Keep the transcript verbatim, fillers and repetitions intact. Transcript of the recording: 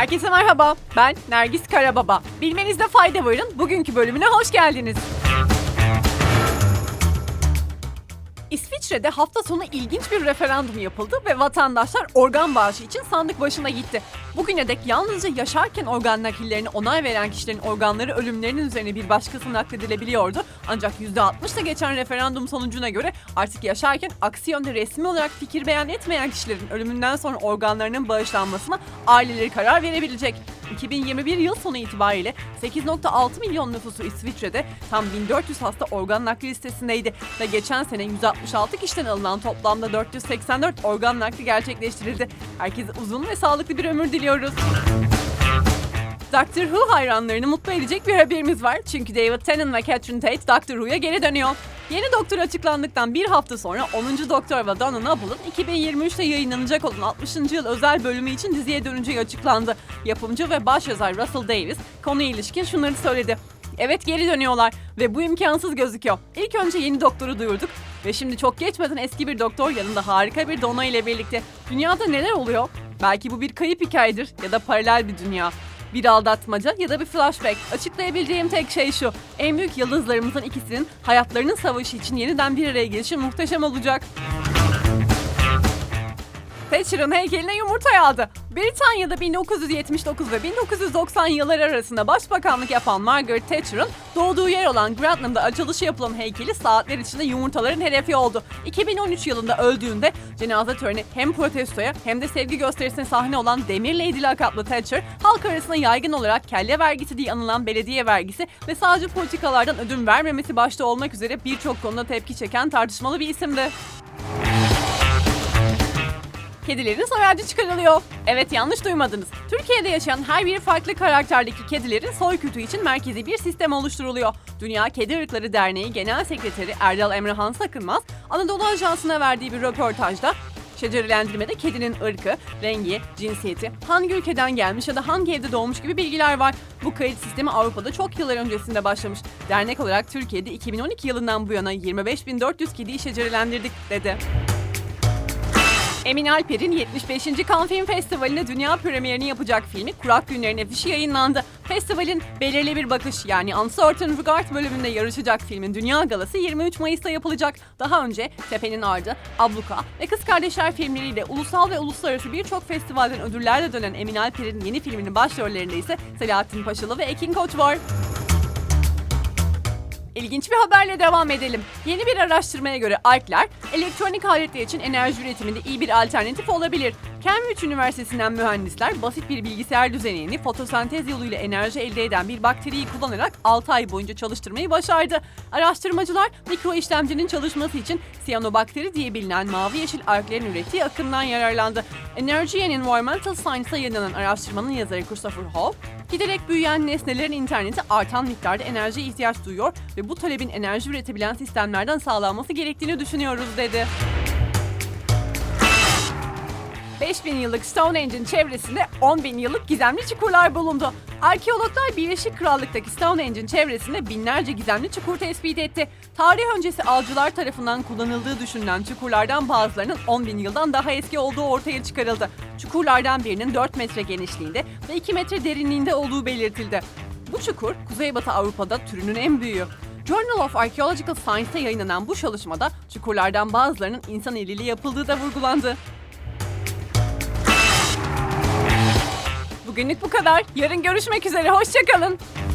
Herkese merhaba, ben Nergis Karababa. Bilmenizde fayda varın, bugünkü bölümüne hoş geldiniz. İsviçre'de hafta sonu ilginç bir referandum yapıldı ve vatandaşlar organ bağışı için sandık başına gitti. Bugüne dek yalnızca yaşarken organ nakillerine onay veren kişilerin organları ölümlerinin üzerine bir başkasına nakledilebiliyordu. Ancak yüzde altmışla geçen referandum sonucuna göre artık yaşarken aksi yönde resmi olarak fikir beyan etmeyen kişilerin ölümünden sonra organlarının bağışlanmasına aileleri karar verebilecek. iki bin yirmi bir yıl sonu itibariyle sekiz virgül altı milyon nüfusu İsviçre'de tam bin dört yüz hasta organ nakli listesindeydi ve geçen sene yüz altmış altı kişiden alınan toplamda dört yüz seksen dört organ nakli gerçekleştirildi. Herkese uzun ve sağlıklı bir ömür diliyoruz. Doctor Who hayranlarını mutlu edecek bir haberimiz var. Çünkü David Tennant ve Catherine Tate Doctor Who'ya geri dönüyor. Yeni Doktor açıklandıktan bir hafta sonra onuncu Doktor ve Donna Noble'ın iki bin yirmi üçte yayınlanacak olan altmışıncı yıl özel bölümü için diziye döneceği açıklandı. Yapımcı ve başyazar Russell Davies konuya ilişkin şunları söyledi. Evet, geri dönüyorlar ve bu imkansız gözüküyor. İlk önce yeni Doktor'u duyurduk ve şimdi çok geçmeden eski bir Doktor yanında harika bir Donna ile birlikte. Dünyada neler oluyor? Belki bu bir kayıp hikayedir ya da paralel bir dünya. Bir aldatmaca ya da bir flashback. Açıklayabileceğim tek şey şu: en büyük yıldızlarımızın ikisinin hayatlarının savaşı için yeniden bir araya gelişi muhteşem olacak. Thatcher'ın heykeline yumurta yağdı. Britanya'da bin dokuz yüz yetmiş dokuz ve bin dokuz yüz doksan yılları arasında başbakanlık yapan Margaret Thatcher'ın doğduğu yer olan Grantham açılışı yapılan heykeli saatler içinde yumurtaların hedefi oldu. iki bin on üç yılında öldüğünde cenaze töreni hem protestoya hem de sevgi gösterisine sahne olan Demir Lady lakaplı Thatcher, halk arasında yaygın olarak kelle vergisi diye anılan belediye vergisi ve sadece politikalardan ödün vermemesi başta olmak üzere birçok konuda tepki çeken tartışmalı bir isimdi. Kedilerin soy ağacı çıkarılıyor. Evet, yanlış duymadınız. Türkiye'de yaşayan her bir farklı karakterdeki kedilerin soy kütüğü için merkezi bir sistem oluşturuluyor. Dünya Kedi Irkları Derneği Genel Sekreteri Erdal Emrehan Sakınmaz, Anadolu Ajansı'na verdiği bir röportajda şecerilendirmede kedinin ırkı, rengi, cinsiyeti, hangi ülkeden gelmiş ya da hangi evde doğmuş gibi bilgiler var. Bu kayıt sistemi Avrupa'da çok yıllar öncesinde başlamış. Dernek olarak Türkiye'de iki bin on iki yılından bu yana yirmi beş bin dört yüz kediyi şecerilendirdik dedi. Emin Alper'in yetmiş beşinci Cannes Film Festivali'nde dünya premierini yapacak filmi Kurak Günler'in afişi yayınlandı. Festivalin Belirli Bir Bakış yani Uncertain Regard bölümünde yarışacak filmin dünya galası yirmi üç Mayıs'ta yapılacak. Daha önce Tepenin Ardı, Abluka ve Kız Kardeşler filmleriyle ulusal ve uluslararası birçok festivalden ödüllerle dönen Emin Alper'in yeni filminin başrollerinde ise Selahattin Paşalı ve Ekin Koç var. İlginç bir haberle devam edelim. Yeni bir araştırmaya göre algler, elektronik aletler için enerji üretiminde iyi bir alternatif olabilir. Cambridge Üniversitesi'nden mühendisler basit bir bilgisayar düzenini fotosentez yoluyla enerji elde eden bir bakteriyi kullanarak altı ay boyunca çalıştırmayı başardı. Araştırmacılar mikro işlemcinin çalışması için siyanobakteri diye bilinen mavi yeşil alglerin ürettiği akımdan yararlandı. Energy and Environmental Science'a yayınlanan araştırmanın yazarı Christopher Hall, giderek büyüyen nesnelerin interneti artan miktarda enerjiye ihtiyaç duyuyor ve bu talebin enerji üretebilen sistemlerden sağlanması gerektiğini düşünüyoruz dedi. beş bin yıllık Stonehenge'in çevresinde on bin yıllık gizemli çukurlar bulundu. Arkeologlar Birleşik Krallık'taki Stonehenge'in çevresinde binlerce gizemli çukur tespit etti. Tarih öncesi avcılar tarafından kullanıldığı düşünülen çukurlardan bazılarının on bin yıldan daha eski olduğu ortaya çıkarıldı. Çukurlardan birinin dört metre genişliğinde ve iki metre derinliğinde olduğu belirtildi. Bu çukur, Kuzeybatı Avrupa'da türünün en büyüğü. Journal of Archaeological Science'ta yayınlanan bu çalışmada çukurlardan bazılarının insan eliyle yapıldığı da vurgulandı. Bugünlük bu kadar. Yarın görüşmek üzere. Hoşça kalın.